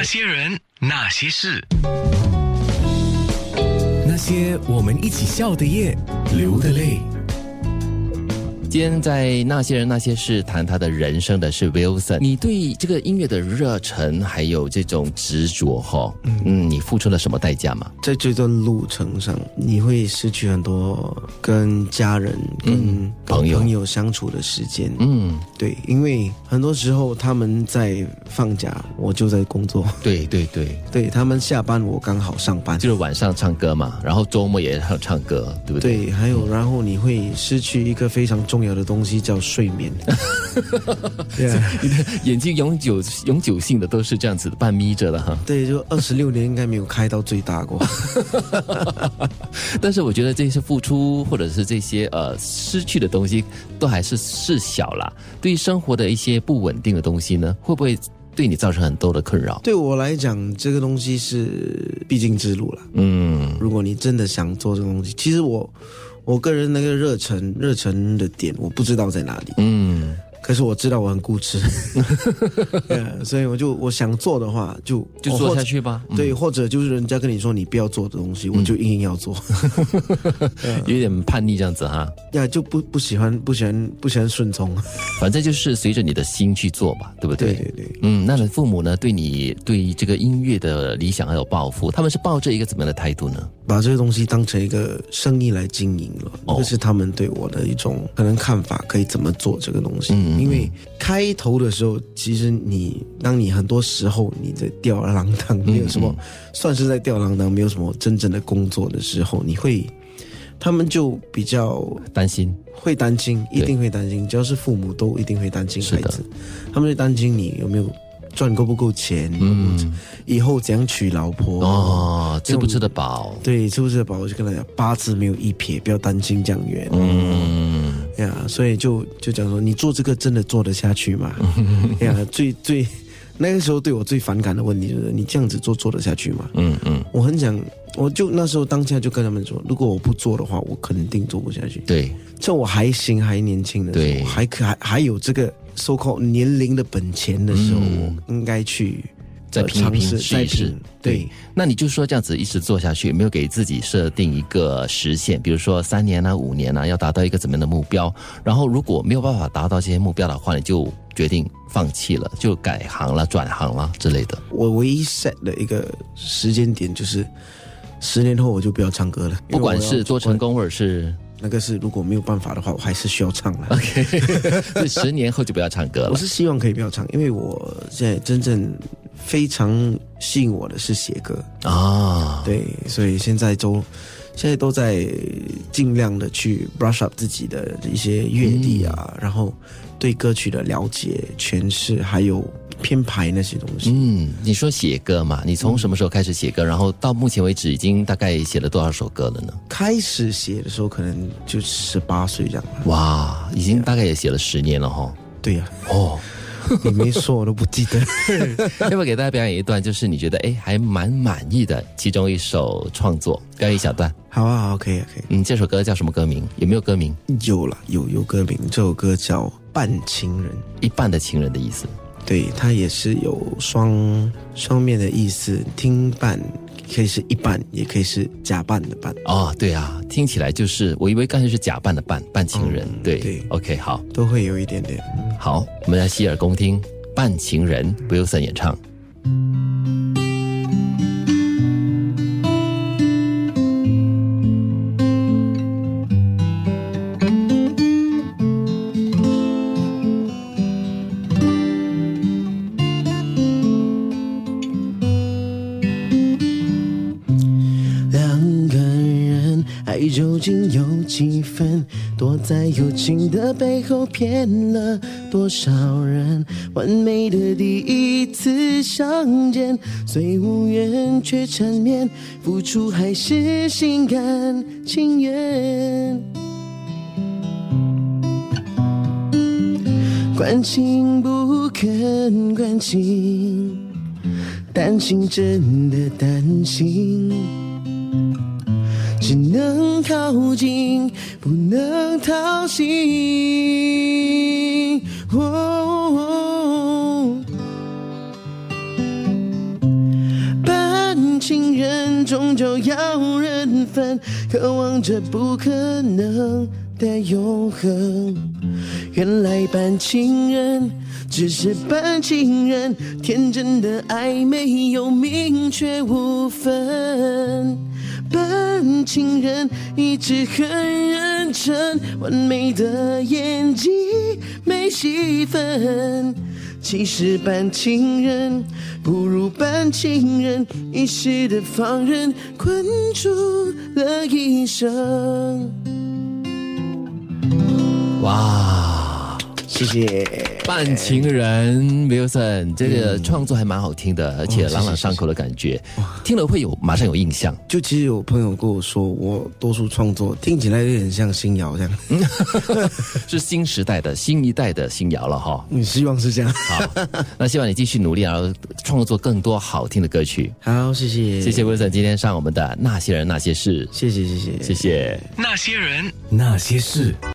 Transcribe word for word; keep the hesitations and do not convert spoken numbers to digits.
些人，那些事， 那些我们一起笑的夜，流的泪。 今天在那些人那些事谈他的人生的是 Wilson， 你对这个音乐的热忱还有这种执着哈，嗯, 嗯，你付出了什么代价吗？ 在这段路程上，你会失去很多跟家人、跟、嗯、朋友朋友相处的时间。嗯，对，因为很多时候他们在放假，我就在工作。 对对对， 对他们下班，我刚好上班， 就是晚上唱歌嘛，然后周末也要唱歌，对不对？ 对，还有、嗯、然后你会失去一个非常重要的东西叫睡眠。 yeah. 你的眼睛永久永久性的都是这样子半眯着的哈。 对，就二十六年应该没有开到最大过。 但是我觉得这些付出或者是这些呃失去的东西都还是事小啦。对于生活的一些不稳定的东西呢，会不会对你造成很多的困扰？ 对我来讲，这个东西是必经之路了。嗯，如果你真的想做这个东西，其实我我个人那个热忱热忱的点，我不知道在哪里。嗯。可是我知道我很固执。yeah, 所以我就我想做的话就就做下去吧。 对、嗯、或者就是人家跟你说你不要做的东西、嗯、我就硬硬要做。 有点叛逆这样子哈。 呀、yeah, 就不不喜欢不喜欢不喜欢顺从。 反正就是随着你的心去做吧，对不对？ 对对对。 嗯，那你父母呢，对你对这个音乐的理想还有抱负，他们是抱着一个怎么样的态度呢？ 把这个东西当成一个生意来经营了，这、哦、是他们对我的一种可能看法，可以怎么做这个东西。嗯，因为开头的时候，其实你当你很多时候你在吊儿郎当，没有什么、嗯、算是在吊儿郎当，没有什么真正的工作的时候，你会他们就比较担心， 会担心，一定会担心，只要是父母都一定会担心孩子，他们会担心你有没有赚够不够钱，嗯，以后怎样娶老婆哦，吃不吃得饱？ 对，吃不吃得饱？我就跟他讲，八字没有一撇，不要担心这样远。嗯，呀，所以就就讲说，你做这个真的做得下去吗？呀，最最那个时候对我最反感的问题就是，你这样子做做得下去吗？嗯嗯，我很想，我就那时候当下就跟他们说，如果我不做的话，我肯定做不下去。 对， 趁我还行还年轻的时候，还可还还有这个。so called 年龄的本钱的时候，嗯、我应该去再拼一拼试一试。对，那你就说这样子一直做下去，没有给自己设定一个时限，比如说三年啊、五年啊，要达到一个怎么样的目标？然后如果没有办法达到这些目标的话，你就决定放弃了，就改行了、转行了之类的。 我唯一 set 的一个时间点就是十年后我就不要唱歌了， 不管是多成功或者是。 那个是如果没有办法的话，我还是需要唱了。 OK， 所以十年后就不要唱歌了。 我是希望可以不要唱，因为我现在真正非常吸引我的是写歌啊。对，所以现在都现在都在尽量的去 brush up 自己的一些乐理啊，嗯、然后对歌曲的了解、诠释，还有编排那些东西。 嗯，你说写歌嘛，你从什么时候开始写歌？嗯、然后到目前为止已经大概写了多少首歌了呢？ 开始写的时候可能就十八岁这样。 哇，已经大概也写了十年了哈。 对呀、啊。哦。你没说我都不记得。 要不要给大家表演一段，就是你觉得哎还蛮满意的其中一首创作，表演一小段？ 好啊，好，可以可以。 嗯，这首歌叫什么歌名？有没有歌名？ 有了，有有歌名。这首歌叫《半情人》， 一半的情人的意思。 对，它也是有双双面的意思，听半可以是一半，也可以是假扮的扮。 哦，对啊，听起来就是我以为刚才是假扮的扮，半情人。嗯、对对 ，OK， 好， 都会有一点点。 好，我们来洗耳恭听《半情人》Wilson 演唱。 究竟有几分？躲在友情的背后骗了多少人？完美的第一次相见，虽无缘却缠绵，付出还是心甘情愿。关心不肯关心，担心真的担心，只能靠近，不能讨喜。哦哦情人终究要人分，渴望着不可能的永恒。原来扮情人只是扮情人，天真的爱没有明确无分。扮情人一直很认真，完美的演技没戏份。其实扮情人不如扮情人，一时的放任困住了一生。 哇， 谢谢。 扮情人 Wilson 这个创作还蛮好听的，而且朗朗上口的感觉，听了会有马上有印象。 就其实有朋友跟我说，我多数创作听起来有点像新谣这样， 是新时代的新一代的新谣了哈。 你希望是这样。 好，那希望你继续努力，然后创作更多好听的歌曲。 好，谢谢， 谢谢 Wilson 今天上我们的那些人那些事， 谢谢谢谢谢谢那些人那些事。